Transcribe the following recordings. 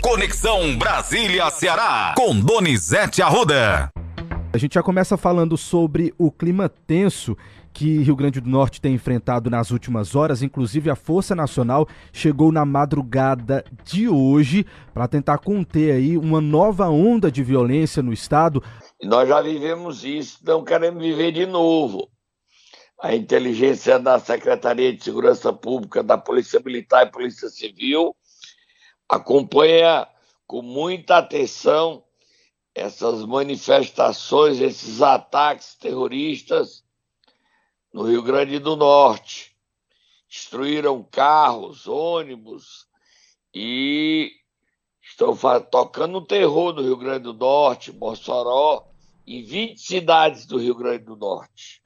Conexão Brasília-Ceará, com Donizete Arruda. A gente já começa falando sobre o clima tenso que Rio Grande do Norte tem enfrentado nas últimas horas. Inclusive, a Força Nacional chegou na madrugada de hoje para tentar conter aí uma nova onda de violência no estado. Nós já vivemos isso, não queremos viver de novo. A inteligência da Secretaria de Segurança Pública, da Polícia Militar e Polícia Civil acompanha com muita atenção essas manifestações, esses ataques terroristas no Rio Grande do Norte. Destruíram carros, ônibus e estão tocando terror no Rio Grande do Norte, Mossoró, em 20 cidades do Rio Grande do Norte.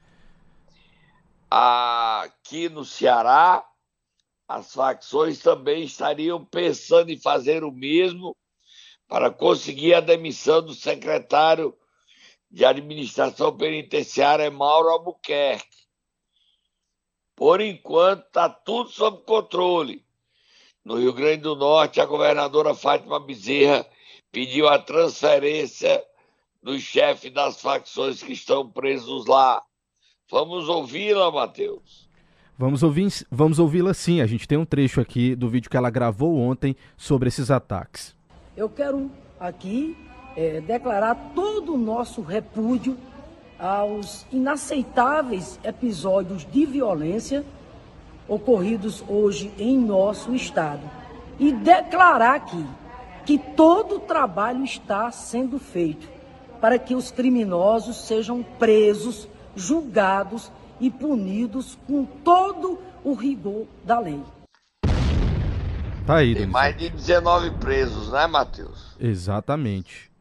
Aqui no Ceará, as facções também estariam pensando em fazer o mesmo para conseguir a demissão do secretário de Administração Penitenciária, Mauro Albuquerque. Por enquanto, está tudo sob controle. No Rio Grande do Norte, a governadora Fátima Bezerra pediu a transferência dos chefes das facções que estão presos lá. Vamos ouvi-la, Matheus? Vamos ouvi-la sim. A gente tem um trecho aqui do vídeo que ela gravou ontem sobre esses ataques. Eu quero aqui declarar todo o nosso repúdio aos inaceitáveis episódios de violência ocorridos hoje em nosso estado e declarar aqui que todo o trabalho está sendo feito para que os criminosos sejam presos, julgados e punidos com todo o rigor da lei. Tá aí, tem mais de 19 presos, né, Matheus? Exatamente.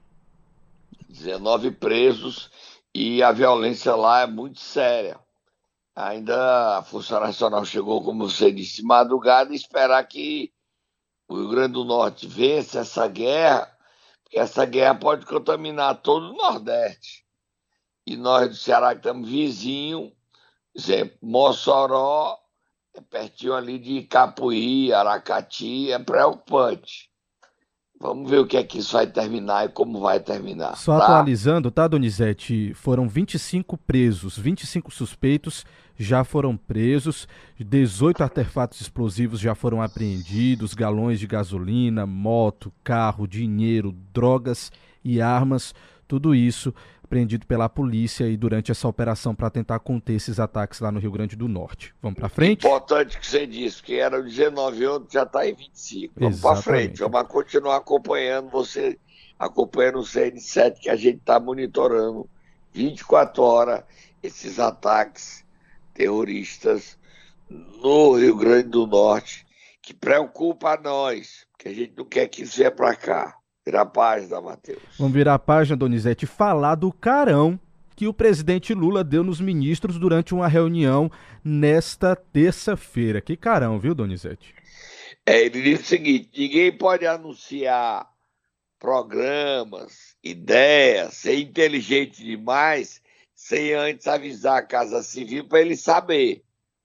19 presos e a violência lá é muito séria. Ainda a Força Nacional chegou, como você disse, de madrugada, e esperar que o Rio Grande do Norte vença essa guerra, porque essa guerra pode contaminar todo o Nordeste. E nós do Ceará, que estamos vizinhos, exemplo, Mossoró, é pertinho ali de Capuí, Aracati, é preocupante. Vamos ver o que é que isso vai terminar e como vai terminar. Só atualizando, tá, Donizete? Foram 25 presos, 25 suspeitos já foram presos, 18 artefatos explosivos já foram apreendidos, galões de gasolina, moto, carro, dinheiro, drogas e armas, tudo isso apreendido pela polícia e durante essa operação para tentar conter esses ataques lá no Rio Grande do Norte. Vamos para frente? Importante que você disse, que eram 19 outros, já está em 25. Vamos para frente, vamos continuar acompanhando, você acompanhando o CN7, que a gente está monitorando 24 horas esses ataques terroristas no Rio Grande do Norte, que preocupa a nós, porque a gente não quer que isso venha para cá. Virar a página, Matheus. Vamos virar a página, Donizete, falar do carão que o presidente Lula deu nos ministros durante uma reunião nesta terça-feira. Que carão, viu, Donizete? Ele disse o seguinte: ninguém pode anunciar programas, ideias, ser inteligente demais, sem antes avisar a Casa Civil para ele saber.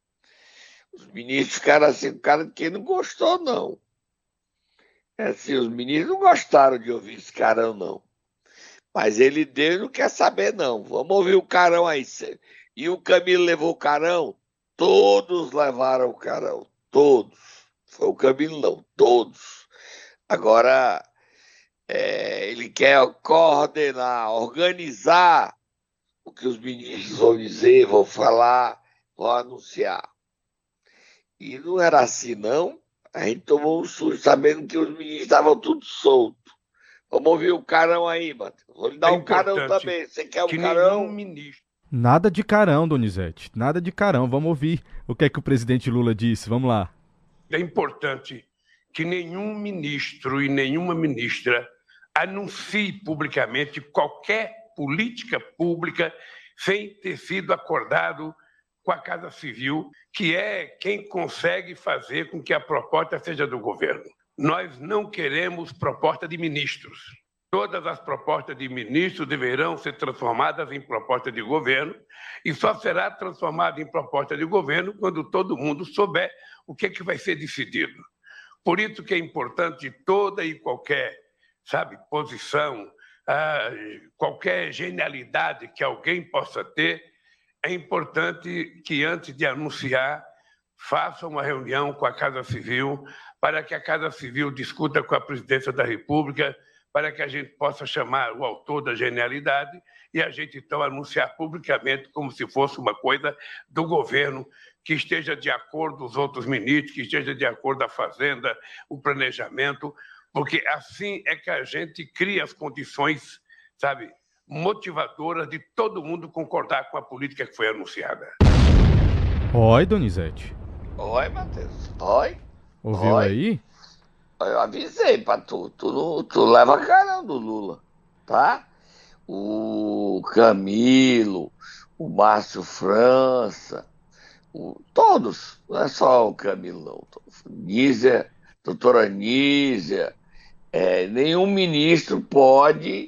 Os ministros ficaram assim, o cara de quem não gostou, não. Assim, os meninos não gostaram de ouvir esse carão, não. Mas ele deu e não quer saber, não. Vamos ouvir o carão aí. E o Camilo levou o carão? Todos levaram o carão. Todos. Foi o Camilo, não. Todos. Agora, ele quer coordenar, organizar o que os ministros vão dizer, vão falar, vão anunciar. E não era assim, não. A gente tomou um susto sabendo que os meninos estavam tudo soltos. Vamos ouvir o carão aí, Matheus. Vou lhe dar um carão também. Você quer um carão? Nada de carão, Donizete. Nada de carão. Vamos ouvir o que é que o presidente Lula disse. Vamos lá. É importante que nenhum ministro e nenhuma ministra anuncie publicamente qualquer política pública sem ter sido acordado com a Casa Civil, que é quem consegue fazer com que a proposta seja do governo. Nós não queremos proposta de ministros. Todas as propostas de ministros deverão ser transformadas em proposta de governo e só será transformada em proposta de governo quando todo mundo souber o que é que vai ser decidido. Por isso que é importante toda e qualquer, sabe, posição, qualquer genialidade que alguém possa ter, é importante que, antes de anunciar, faça uma reunião com a Casa Civil, para que a Casa Civil discuta com a Presidência da República, para que a gente possa chamar o autor da genialidade e a gente, então, anunciar publicamente como se fosse uma coisa do governo, que esteja de acordo com os outros ministros, que esteja de acordo a Fazenda, o planejamento, porque assim é que a gente cria as condições, sabe, motivadoras de todo mundo concordar com a política que foi anunciada. Oi, Donizete. Oi, Matheus. Oi. Ouviu Oi. aí? Eu avisei pra tu. Tu leva carão do Lula, tá? O Camilo, o Márcio França, todos. Não é só o Camilo, não. Nízia, doutora Nízia. Nenhum ministro pode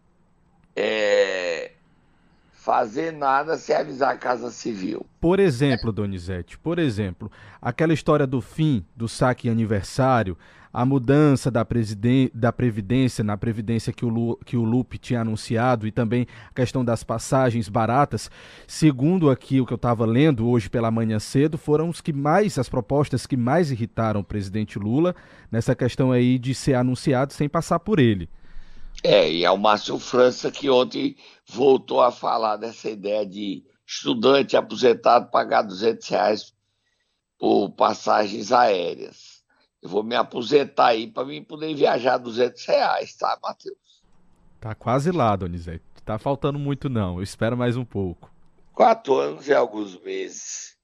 fazer nada sem avisar a Casa Civil. Por exemplo, Donizete, aquela história do fim do saque aniversário, a mudança da Previdência, na Previdência que o Lupe tinha anunciado, e também a questão das passagens baratas, segundo aqui o que eu estava lendo hoje pela manhã cedo, foram as propostas que mais irritaram o presidente Lula nessa questão aí de ser anunciado sem passar por ele. E é o Márcio França que ontem voltou a falar dessa ideia de estudante aposentado pagar R$200 por passagens aéreas. Eu vou me aposentar aí para mim poder viajar R$200, tá, Matheus? Tá quase lá, Donizete. Tá faltando muito não, eu espero mais um pouco. 4 anos e alguns meses.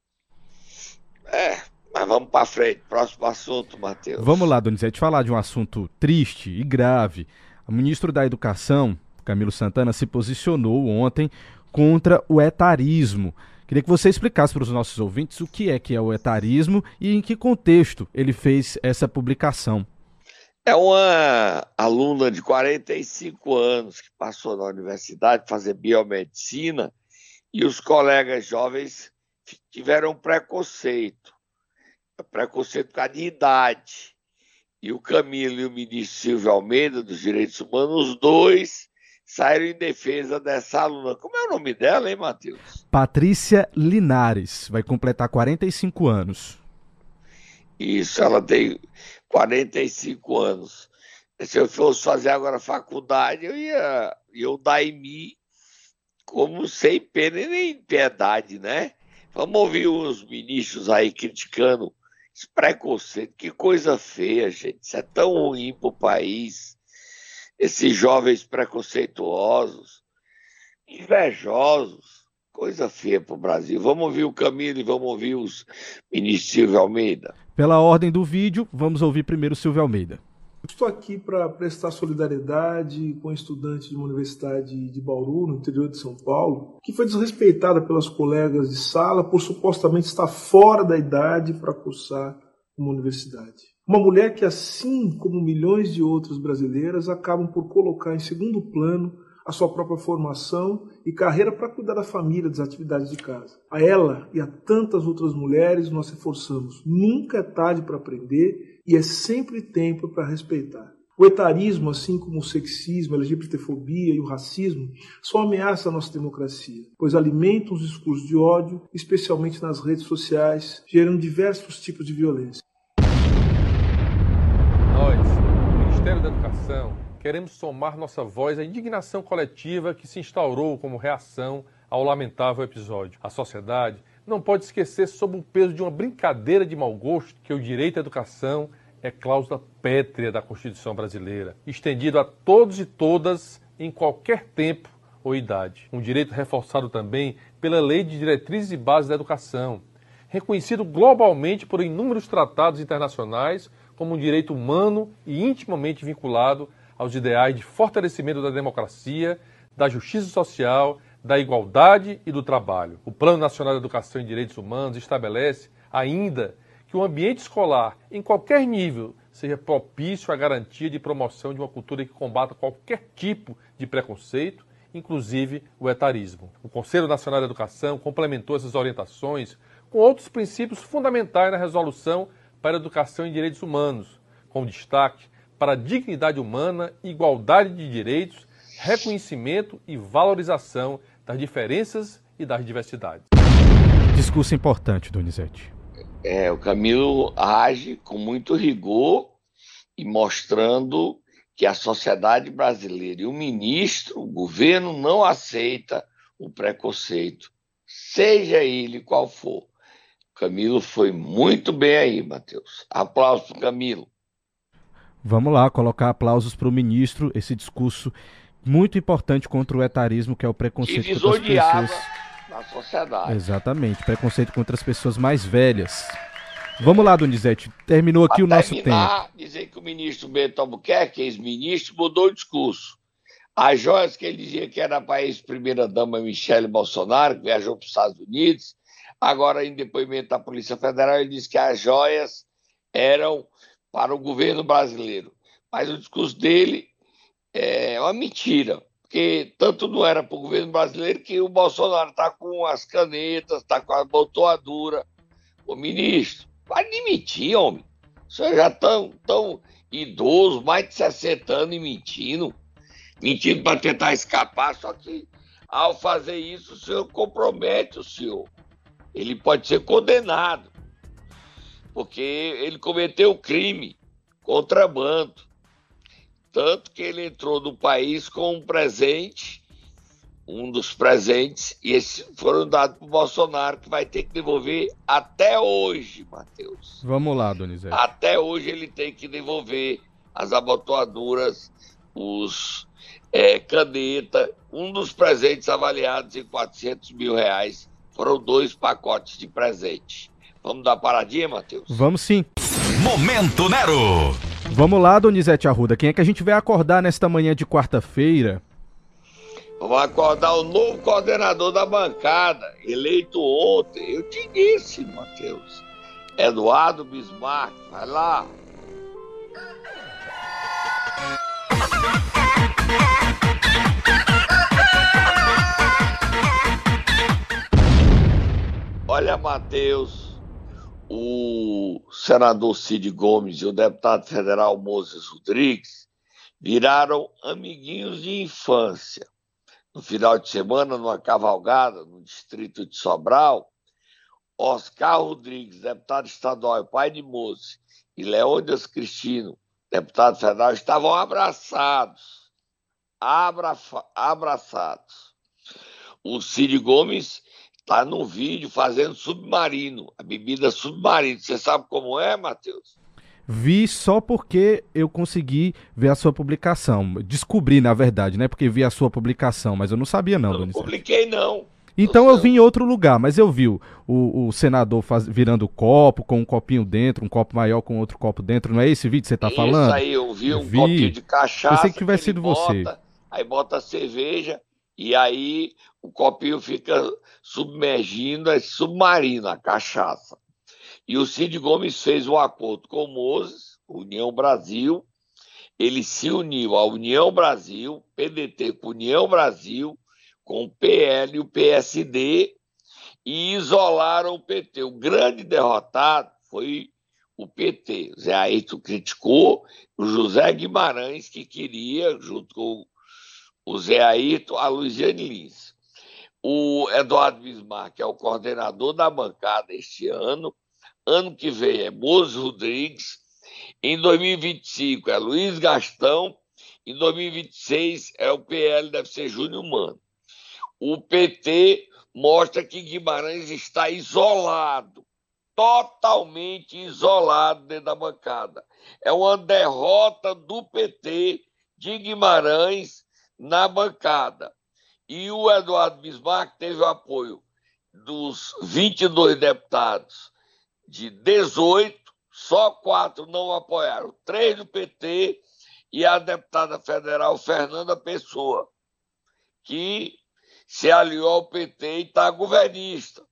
Mas vamos para frente. Próximo assunto, Matheus. Vamos lá, Donizete, falar de um assunto triste e grave. O ministro da Educação, Camilo Santana, se posicionou ontem contra o etarismo. Queria que você explicasse para os nossos ouvintes o que é o etarismo e em que contexto ele fez essa publicação. É uma aluna de 45 anos que passou na universidade fazer biomedicina e os colegas jovens tiveram preconceito por causa de idade. E o Camilo e o ministro Silvio Almeida, dos Direitos Humanos, os dois saíram em defesa dessa aluna. Como é o nome dela, hein, Matheus? Patrícia Linares, vai completar 45 anos. Isso, ela tem 45 anos. Se eu fosse fazer agora faculdade, eu ia dar em mim como sem pena e nem piedade, né? Vamos ouvir os ministros aí criticando esse preconceito. Que coisa feia, gente. Isso é tão ruim para o país. Esses jovens preconceituosos, invejosos, coisa feia para o Brasil. Vamos ouvir o Camilo e vamos ouvir os ministros Silvio Almeida. Pela ordem do vídeo, vamos ouvir primeiro o Silvio Almeida. Estou aqui para prestar solidariedade com a estudante de uma universidade de Bauru, no interior de São Paulo, que foi desrespeitada pelas colegas de sala por supostamente estar fora da idade para cursar uma universidade. Uma mulher que, assim como milhões de outras brasileiras, acabam por colocar em segundo plano a sua própria formação e carreira para cuidar da família, das atividades de casa. A ela e a tantas outras mulheres nós reforçamos: nunca é tarde para aprender e é sempre tempo para respeitar. O etarismo, assim como o sexismo, a LGBTfobia e o racismo, são ameaças à nossa democracia, pois alimentam os discursos de ódio, especialmente nas redes sociais, gerando diversos tipos de violência. Nós, do Ministério da Educação, queremos somar nossa voz à indignação coletiva que se instaurou como reação ao lamentável episódio. A sociedade não pode esquecer sob o peso de uma brincadeira de mau gosto que o direito à educação é cláusula pétrea da Constituição brasileira, estendido a todos e todas em qualquer tempo ou idade. Um direito reforçado também pela Lei de Diretrizes e Bases da Educação, reconhecido globalmente por inúmeros tratados internacionais como um direito humano e intimamente vinculado aos ideais de fortalecimento da democracia, da justiça social, da igualdade e do trabalho. O Plano Nacional de Educação e Direitos Humanos estabelece ainda que o ambiente escolar, em qualquer nível, seja propício à garantia de promoção de uma cultura que combata qualquer tipo de preconceito, inclusive o etarismo. O Conselho Nacional de Educação complementou essas orientações com outros princípios fundamentais na Resolução para a Educação e Direitos Humanos, com destaque para a dignidade humana, igualdade de direitos, reconhecimento e valorização das diferenças e das diversidades. Discurso importante, Donizete. O Camilo age com muito rigor e mostrando que a sociedade brasileira e o ministro, o governo, não aceita o preconceito, seja ele qual for. O Camilo foi muito bem aí, Matheus. Aplausos para o Camilo. Vamos lá, colocar aplausos para o ministro, esse discurso muito importante contra o etarismo, que é o preconceito contra as pessoas. Na sociedade. Exatamente, preconceito contra as pessoas mais velhas. Vamos lá, Donizete, terminou aqui o nosso tempo. Dizer que o ministro Bento Albuquerque, ex-ministro, mudou o discurso. As joias que ele dizia que era para a ex-primeira-dama Michele Bolsonaro, que viajou para os Estados Unidos, agora, em depoimento da Polícia Federal, ele disse que as joias eram para o governo brasileiro. Mas o discurso dele é uma mentira, porque tanto não era para o governo brasileiro que o Bolsonaro está com as canetas, está com a botoadura. Ô, ministro, vai admitir, homem. O senhor já tão idoso, mais de 60 anos e mentindo para tentar escapar, só que ao fazer isso o senhor compromete o senhor. Ele pode ser condenado, porque ele cometeu crime, contrabando. Tanto que ele entrou no país com um presente, um dos presentes, e esses foram dados para o Bolsonaro, que vai ter que devolver até hoje, Matheus. Vamos lá, Donizete. Até hoje ele tem que devolver as abotoaduras, os caneta, um dos presentes avaliados em R$400 mil. Foram 2 pacotes de presente. Vamos dar paradinha, Matheus? Vamos sim. Momento Nero. Vamos lá, Donizete Arruda. Quem é que a gente vai acordar nesta manhã de quarta-feira? Vamos acordar o novo coordenador da bancada, eleito ontem. Eu te disse, Matheus. Eduardo Bismarck. Vai lá. Olha, Matheus, o senador Cid Gomes e o deputado federal Moses Rodrigues viraram amiguinhos de infância. No final de semana, numa cavalgada no distrito de Sobral, Oscar Rodrigues, deputado estadual e pai de Moses, e Leônidas Cristino, deputado federal, estavam abraçados. Abraçados. O Cid Gomes está no vídeo fazendo submarino, a bebida submarino. Você sabe como é, Matheus? Vi só porque eu consegui ver a sua publicação. Descobri, na verdade, né? Porque vi a sua publicação, mas eu não sabia não, Donizete. Não publiquei, não. Então eu vi em outro lugar, mas eu vi o senador virando copo, com um copinho dentro, um copo maior com outro copo dentro. Não é esse vídeo que você tá falando? Isso aí, eu vi um copinho de cachaça. Pensei que tivesse sido você. Aí bota a cerveja e aí o copinho fica submergindo esse submarino, a cachaça. E o Cid Gomes fez um acordo com o Moses, União Brasil. Ele se uniu à União Brasil, PDT com União Brasil, com o PL e o PSD, e isolaram o PT. O grande derrotado foi o PT. O Zé Ayrton criticou, o José Guimarães, que queria, junto com o Zé Ayrton, a Luiziane Lins. O Eduardo Bismarck é o coordenador da bancada este ano. Ano que vem é Moses Rodrigues. Em 2025 é Luiz Gastão. Em 2026 é o PL, deve ser Júnior Mano. O PT mostra que Guimarães está isolado, totalmente isolado dentro da bancada. É uma derrota do PT de Guimarães na bancada. E o Eduardo Bismarck teve o apoio dos 22 deputados de 18, só 4 não apoiaram, 3 do PT e a deputada federal Fernanda Pessoa, que se aliou ao PT e está governista.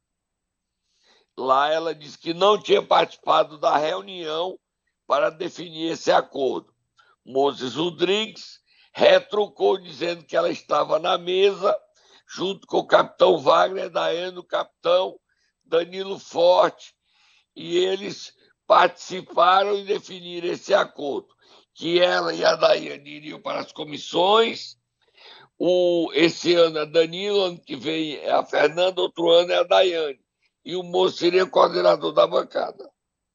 Lá ela disse que não tinha participado da reunião para definir esse acordo. Moses Rodrigues retrucou dizendo que ela estava na mesa junto com o capitão Wagner, Daiane, o capitão Danilo Forte, e eles participaram e definiram esse acordo, que ela e a Daiane iriam para as comissões. Esse ano é Danilo, ano que vem é a Fernanda, outro ano é a Daiane. E o moço seria coordenador da bancada.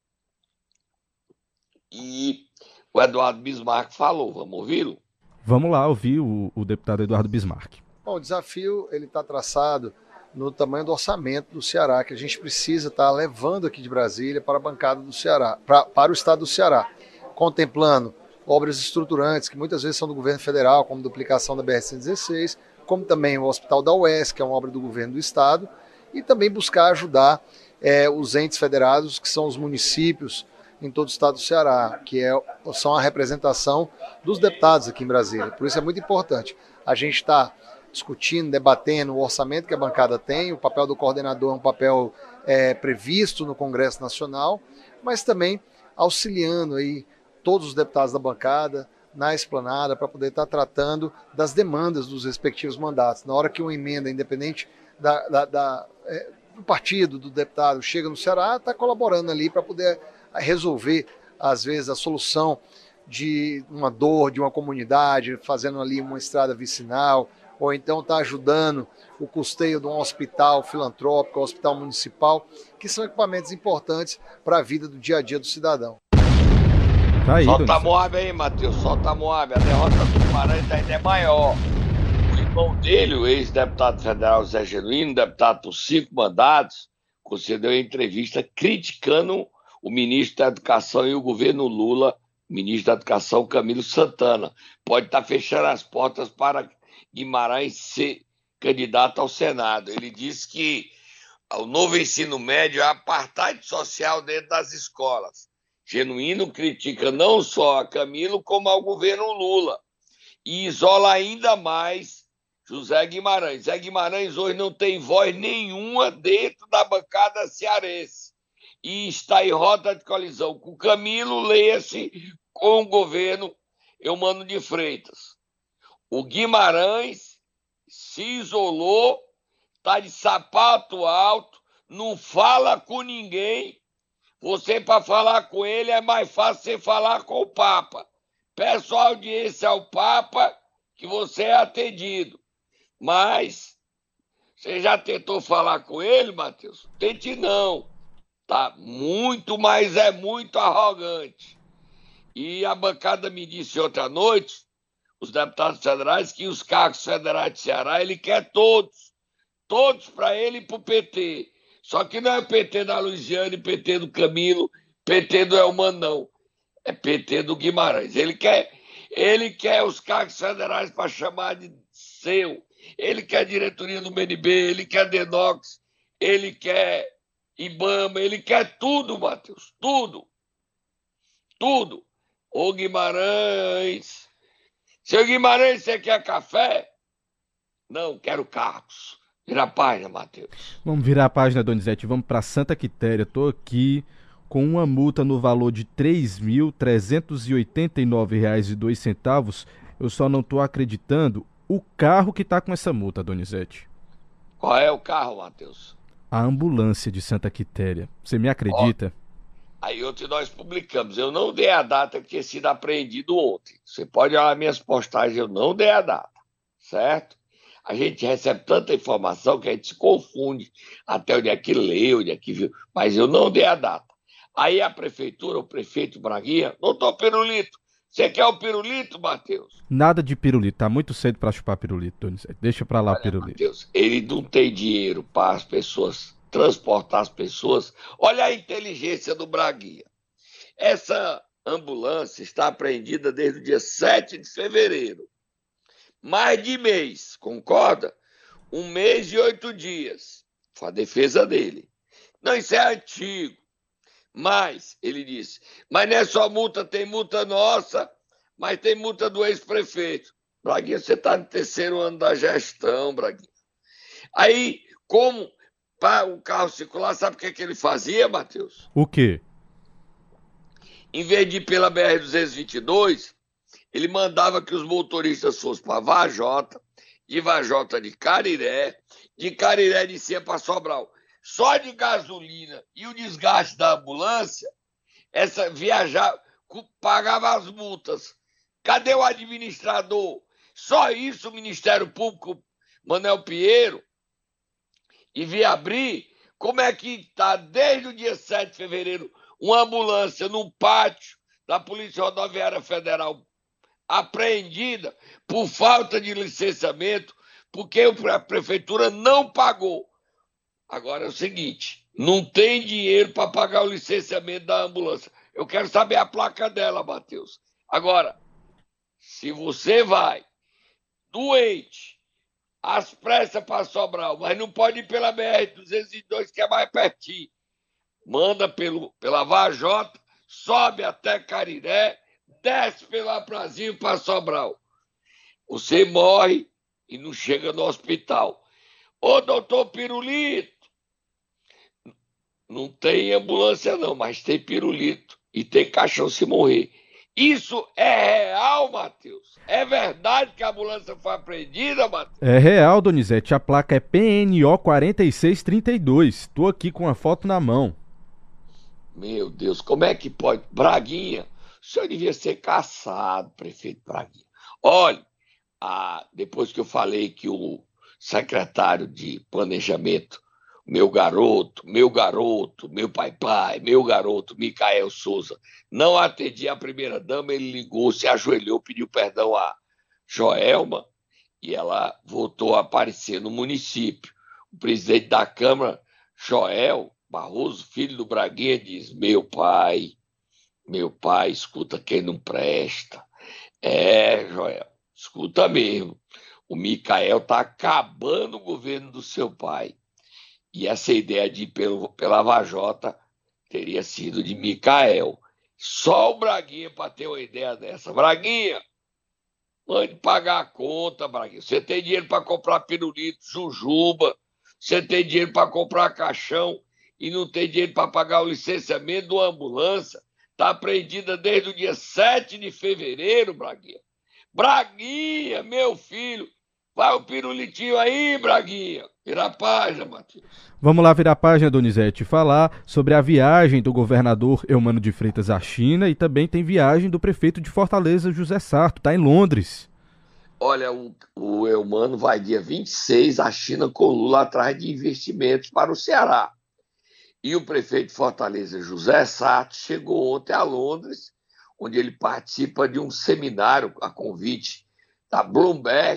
E o Eduardo Bismarck falou, vamos ouvi-lo? Vamos lá ouvir o deputado Eduardo Bismarck. Bom, o desafio está traçado no tamanho do orçamento do Ceará, que a gente precisa estar levando aqui de Brasília para a bancada do Ceará, para o estado do Ceará, contemplando obras estruturantes que muitas vezes são do governo federal, como duplicação da BR-116, como também o Hospital da UES, que é uma obra do governo do estado, e também buscar ajudar os entes federados, que são os municípios em todo o estado do Ceará, que são a representação dos deputados aqui em Brasília. Por isso é muito importante. A gente está discutindo, debatendo o orçamento que a bancada tem, o papel do coordenador é um papel previsto no Congresso Nacional, mas também auxiliando aí todos os deputados da bancada na esplanada para poder estar tratando das demandas dos respectivos mandatos. Na hora que uma emenda, independente do partido do deputado, chega no Ceará, está colaborando ali para poder resolver, às vezes, a solução de uma dor de uma comunidade, fazendo ali uma estrada vicinal, ou então está ajudando o custeio de um hospital filantrópico, um hospital municipal, que são equipamentos importantes para a vida do dia a dia do cidadão. Tá aí, solta a Moab aí, Matheus, solta a Moab. A derrota do Guimarães ainda é maior. O irmão dele, o ex-deputado federal Zé Genuíno, deputado por 5 mandatos, concedeu uma entrevista criticando o ministro da Educação e o governo Lula, ministro da Educação Camilo Santana. Pode estar fechando as portas para Guimarães ser candidato ao Senado. Ele disse que o novo ensino médio é apartheid social dentro das escolas. Genuíno critica não só a Camilo, como ao governo Lula. E isola ainda mais José Guimarães. Zé Guimarães hoje não tem voz nenhuma dentro da bancada cearense. E está em rota de colisão com Camilo, leia-se, com o governo Eumano de Freitas. O Guimarães se isolou, está de sapato alto, não fala com ninguém. Você, para falar com ele, é mais fácil você falar com o Papa. Peço audiência ao Papa que você é atendido. Mas você já tentou falar com ele, Matheus? Tente não. Tá muito, mas é muito arrogante. E a bancada me disse outra noite, os deputados federais, que os cargos federais de Ceará, ele quer todos para ele e para o PT. Só que não é PT da Luiziane, PT do Camilo, PT do Elmano, não. É PT do Guimarães. Ele quer os cargos federais para chamar de seu. Ele quer diretoria do BNB, ele quer Denox, ele quer IBAMA, ele quer tudo, Matheus, tudo. Tudo. Ô Guimarães. Seu Guimarães, você quer café? Não, quero cargos. Vira a página, Matheus. Vamos virar a página, Donizete. Vamos para Santa Quitéria. Estou aqui com uma multa no valor de R$ 3.389,02. Eu só não estou acreditando o carro que está com essa multa, Donizete. Qual é o carro, Matheus? A ambulância de Santa Quitéria. Você me acredita? Aí ontem nós publicamos. Eu não dei a data que tinha sido apreendido ontem. Você pode olhar minhas postagens, eu não dei a data. Certo? A gente recebe tanta informação que a gente se confunde até onde é que leu, onde é que viu, mas eu não dei a data. Aí a prefeitura, o prefeito Braguinha, doutor Pirulito, você quer o pirulito, Matheus? Nada de pirulito, tá muito cedo para chupar pirulito, Donizete. Deixa para lá. Olha, pirulito. Matheus, ele não tem dinheiro para as pessoas, transportar as pessoas. Olha a inteligência do Braguinha. Essa ambulância está apreendida desde o dia 7 de fevereiro. Mais de mês, concorda? 1 mês e 8 dias. Foi a defesa dele. Não, isso é antigo. Mas, ele disse, mas não é só multa, tem multa nossa, mas tem multa do ex-prefeito. Braguinha, você está no 3º ano da gestão, Braguinha. Aí, como para o carro circular, sabe o que ele fazia, Matheus? O quê? Em vez de ir pela BR-222, ele mandava que os motoristas fossem para Vajota, de Vajota de Cariré descia para Sobral. Só de gasolina e o desgaste da ambulância, viajar, pagava as multas. Cadê o administrador? Só isso o Ministério Público, Manuel Pinheiro, e via abrir. Como é que está, desde o dia 7 de fevereiro, uma ambulância num pátio da Polícia Rodoviária Federal apreendida por falta de licenciamento, porque a prefeitura não pagou. Agora é o seguinte, não tem dinheiro para pagar o licenciamento da ambulância. Eu quero saber a placa dela, Matheus. Agora, se você vai doente, às pressas para Sobral, mas não pode ir pela BR-202, que é mais pertinho, manda pela Vajota, sobe até Cariré, desce pela Brasil para Sobral. Você morre e não chega no hospital. Ô, doutor Pirulito, não tem ambulância não, mas tem pirulito e tem caixão se morrer. Isso é real, Matheus? É verdade que a ambulância foi apreendida, Matheus? É real, Donizete. A placa é PNO 4632. Tô aqui com a foto na mão. Meu Deus, como é que pode? Braguinha, o senhor devia ser caçado, prefeito Braguinha. Olha, depois que eu falei que o secretário de Planejamento, meu garoto, meu pai, meu garoto, Micael Souza, não atendia a primeira-dama, ele ligou, se ajoelhou, pediu perdão a Joelma e ela voltou a aparecer no município. O presidente da Câmara, Joel Barroso, filho do Braguinha, diz: meu pai, escuta quem não presta. É, Joel, escuta mesmo. O Micael está acabando o governo do seu pai. E essa ideia de ir pela Vajota teria sido de Micael. Só o Braguinha para ter uma ideia dessa. Braguinha, mande pagar a conta, Braguinha. Você tem dinheiro para comprar pirulito, jujuba, você tem dinheiro para comprar caixão e não tem dinheiro para pagar o licenciamento de uma ambulância. Está apreendida desde o dia 7 de fevereiro, Braguinha. Braguinha, meu filho, vai o pirulitinho aí, Braguinha. Vira a página, Matheus. Vamos lá virar a página, Donizete, falar sobre a viagem do governador Eumano de Freitas à China e também tem viagem do prefeito de Fortaleza, José Sarto, está em Londres. Olha, o Eumano vai dia 26 à China com Lula atrás de investimentos para o Ceará. E o prefeito de Fortaleza, José Sarto, chegou ontem a Londres, onde ele participa de um seminário a convite da Bloomberg,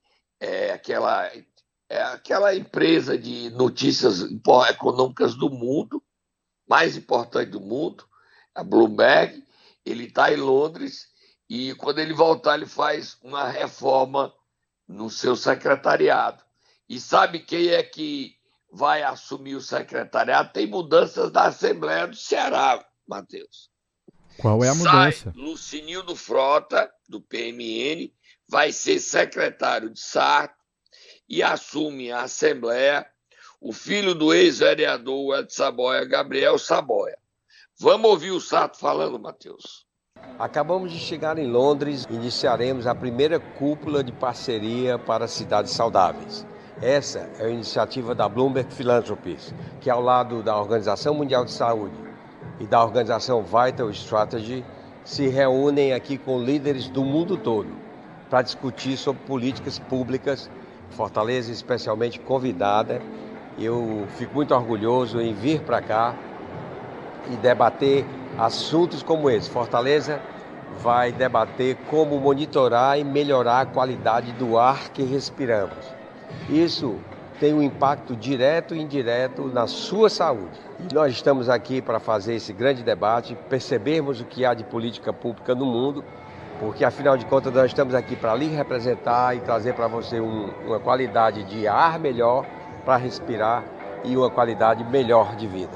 aquela empresa de notícias econômicas do mundo, mais importante do mundo, a Bloomberg. Ele está em Londres e quando ele voltar ele faz uma reforma no seu secretariado. E sabe quem é que vai assumir o secretariado? Tem mudanças da Assembleia do Ceará, Matheus. Qual é a mudança? Sai Lucinildo Frota, do PMN, vai ser secretário de Sarto e assume a Assembleia o filho do ex-vereador Edson Saboia, Gabriel Saboia. Vamos ouvir o Sarto falando, Matheus. Acabamos de chegar em Londres e iniciaremos a primeira cúpula de parceria para cidades saudáveis. Essa é a iniciativa da Bloomberg Philanthropies, que ao lado da Organização Mundial de Saúde e da Organização Vital Strategy se reúnem aqui com líderes do mundo todo para discutir sobre políticas públicas. Fortaleza especialmente convidada. Eu fico muito orgulhoso em vir para cá e debater assuntos como esse. Fortaleza vai debater como monitorar e melhorar a qualidade do ar que respiramos. Isso tem um impacto direto e indireto na sua saúde. E nós estamos aqui para fazer esse grande debate, percebermos o que há de política pública no mundo, porque, afinal de contas, nós estamos aqui para lhe representar e trazer para você uma qualidade de ar melhor para respirar e uma qualidade melhor de vida.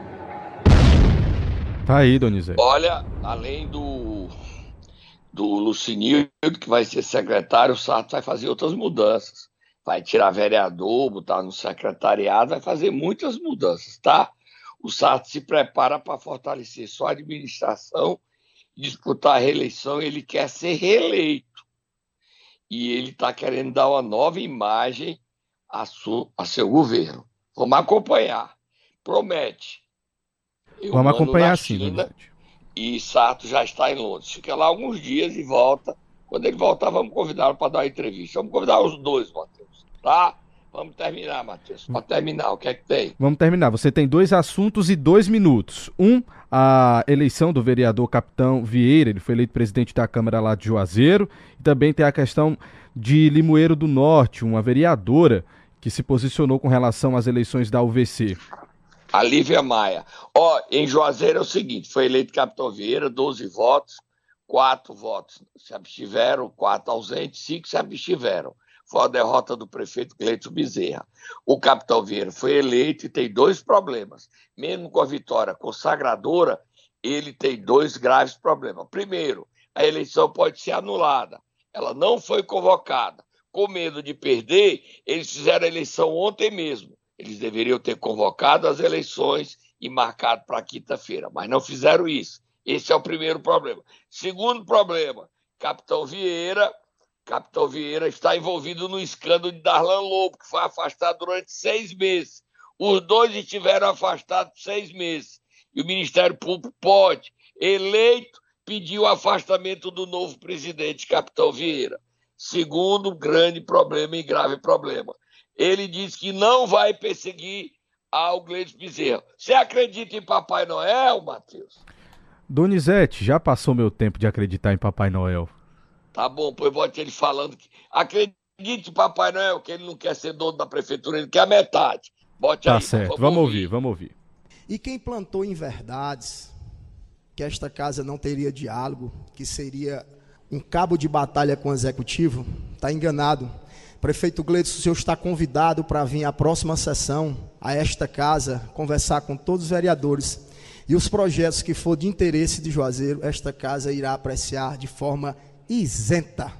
Tá aí, Donizete. Olha, além do Lucinildo, que vai ser secretário, o Sarto vai fazer outras mudanças. Vai tirar vereador, botar no secretariado, vai fazer muitas mudanças, tá? O Sarto se prepara para fortalecer sua administração, disputar a reeleição. Ele quer ser reeleito. E ele está querendo dar uma nova imagem a seu governo. Vamos acompanhar. Promete. Vamos acompanhar sim, Donizete. e Sarto já está em Londres. Fica lá alguns dias e volta. Quando ele voltar, vamos convidá-lo para dar uma entrevista. Vamos convidar os dois, Matheus, tá? Vamos terminar, Matheus. Para terminar, o que é que tem? Vamos terminar. Você tem 2 assuntos e 2 minutos. A eleição do vereador Capitão Vieira, ele foi eleito presidente da Câmara lá de Juazeiro. E também tem a questão de Limoeiro do Norte, uma vereadora que se posicionou com relação às eleições da UVC. A Lívia Maia. Em Juazeiro é o seguinte, foi eleito Capitão Vieira, 12 votos, 4 votos se abstiveram, 4 ausentes, 5 se abstiveram. Foi a derrota do prefeito Gleito Bezerra. O Capitão Vieira foi eleito e tem 2 problemas. Mesmo com a vitória consagradora, ele tem 2 graves problemas. Primeiro, a eleição pode ser anulada. Ela não foi convocada. Com medo de perder, eles fizeram a eleição ontem mesmo. Eles deveriam ter convocado as eleições e marcado para quinta-feira, mas não fizeram isso. Esse é o primeiro problema. Segundo problema, Capitão Vieira está envolvido no escândalo de Darlan Lobo, que foi afastado durante 6 meses. Os 2 estiveram afastados 6 meses. E o Ministério Público pode, eleito, pedir o afastamento do novo presidente, Capitão Vieira. Segundo grande problema e grave problema. Ele diz que não vai perseguir ao Gleito Bezerra. Você acredita em Papai Noel, Matheus? Donizete, já passou meu tempo de acreditar em Papai Noel. Tá bom, pois bote ele falando que acredite em Papai Noel, que ele não quer ser dono da prefeitura, ele quer a metade. Bote tá aí. Certo, vamos ouvir. E quem plantou em verdades que esta casa não teria diálogo, que seria um cabo de batalha com o executivo, está enganado. Prefeito Gleito, o senhor está convidado para vir à próxima sessão a esta casa, conversar com todos os vereadores. E os projetos que for de interesse de Juazeiro, esta casa irá apreciar de forma isenta.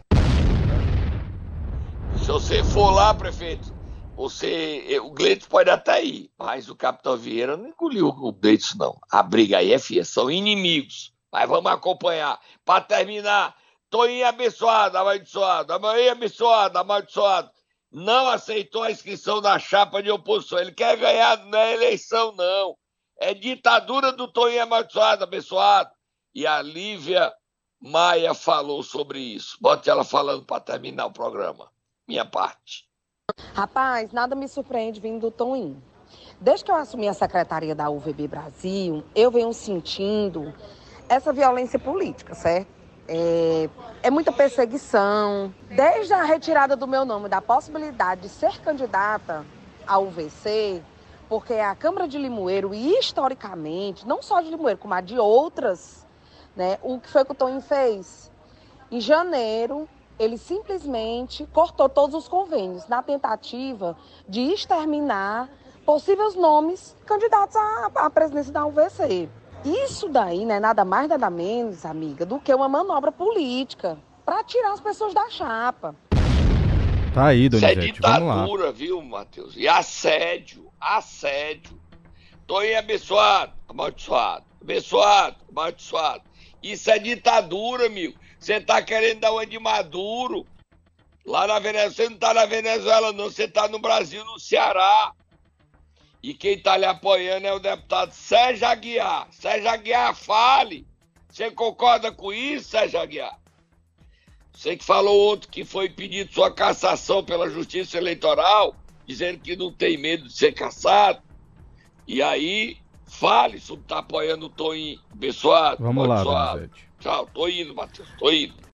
Se você for lá, prefeito, o Gleito pode até ir, mas o Capitão Vieira não engoliu o Gleito, não. A briga aí é fia, são inimigos. Mas vamos acompanhar. Para terminar, Toinho abençoado, amaldiçoado, amaldiçoado. Não aceitou a inscrição na chapa de oposição. Ele quer ganhar na eleição, não. É ditadura do Toinho abençoado. E a Lívia Maia falou sobre isso. Bote ela falando para terminar o programa. Minha parte. Rapaz, nada me surpreende vindo do Toinho. Desde que eu assumi a secretaria da UVB Brasil, eu venho sentindo essa violência política, certo? É muita perseguição. Desde a retirada do meu nome, da possibilidade de ser candidata à UVC, porque a Câmara de Limoeiro, e historicamente, não só de Limoeiro, como a de outras, né, o que foi que o Toinho fez? Em janeiro, ele simplesmente cortou todos os convênios na tentativa de exterminar possíveis nomes candidatos à presidência da UVC. Isso daí não é nada mais, nada menos, amiga, do que uma manobra política para tirar as pessoas da chapa. Tá aí, Donizete, isso é ditadura, viu, Matheus? E assédio. Toinho abençoado, amaldiçoado. Isso é ditadura, amigo. Você tá querendo dar uma de Maduro. Lá na Venezuela, você não tá na Venezuela, não. Você tá no Brasil, no Ceará. E quem tá lhe apoiando é o deputado Sérgio Aguiar. Sérgio Aguiar, fale. Você concorda com isso, Sérgio Aguiar? Você que falou ontem que foi pedido sua cassação pela Justiça Eleitoral, dizendo que não tem medo de ser cassado. E aí, fale se não tá apoiando o Toinho abençoado. Vamos lá, Donizete. Tchau, tô indo, Matheus, tô indo.